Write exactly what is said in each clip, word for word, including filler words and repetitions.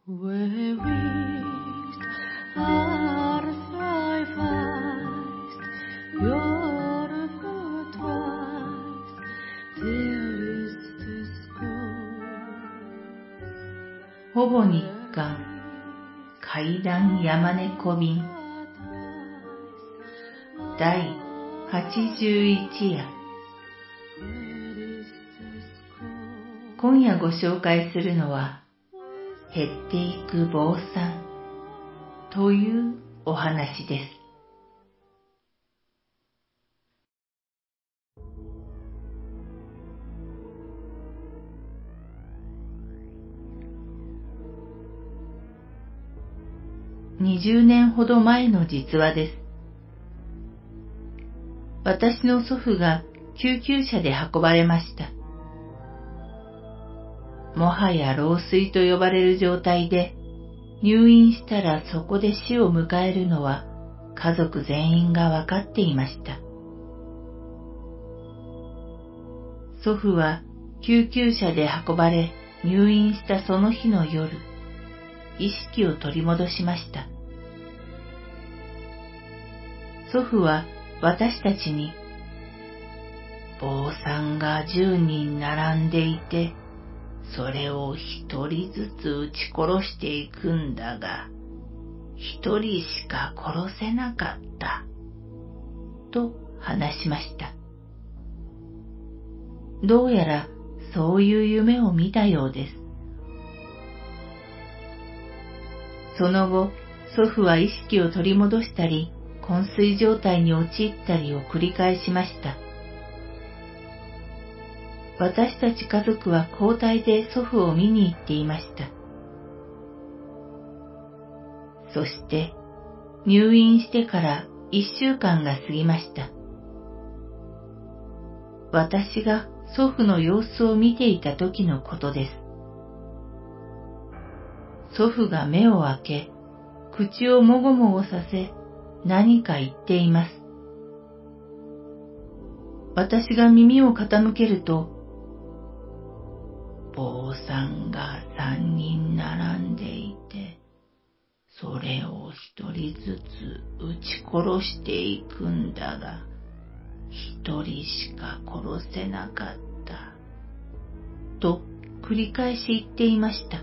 Where is our sacrifice, your foot rise, there is the school. ほぼ日刊怪談山猫便だいはちじゅういち夜。今夜ご紹介するのは減っていく坊さんというお話です。にじゅうねんほど前の実話です。私の祖父が救急車で運ばれました。もはや老衰と呼ばれる状態で、入院したらそこで死を迎えるのは家族全員がわかっていました。祖父は救急車で運ばれ入院したその日の夜、意識を取り戻しました。祖父は私たちに、坊さんが十人並んでいて、それを一人ずつ撃ち殺していくんだが、一人しか殺せなかった、と話しました。どうやらそういう夢を見たようです。その後、祖父は意識を取り戻したり、昏睡状態に陥ったりを繰り返しました。私たち家族は交代で祖父を見に行っていました。そして入院してから一週間が過ぎました。私が祖父の様子を見ていた時のことです。祖父が目を開け、口をもごもごさせ、何か言っています。私が耳を傾けると、坊さんが三人並んでいて、それを一人ずつ撃ち殺していくんだが、一人しか殺せなかった、と繰り返し言っていました。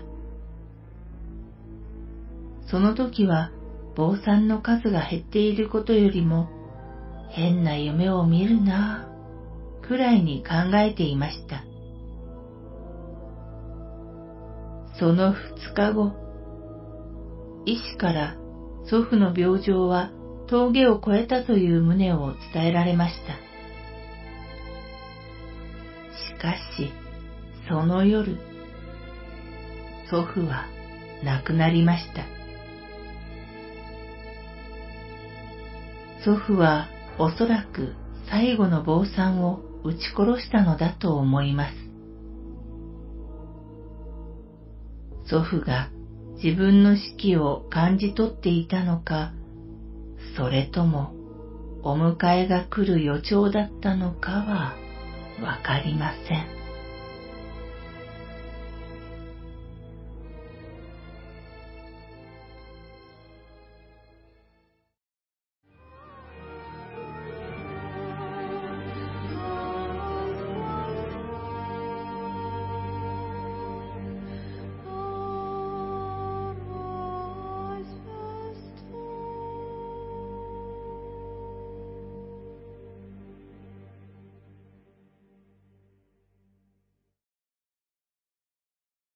その時は坊さんの数が減っていることよりも、変な夢を見るなぁ、くらいに考えていました。その二日後、医師から祖父の病状は峠を越えたという旨を伝えられました。しかし、その夜、祖父は亡くなりました。祖父はおそらく最後の坊さんを撃ち殺したのだと思います。祖父が自分の死期を感じ取っていたのか、それともお迎えが来る予兆だったのかはわかりません。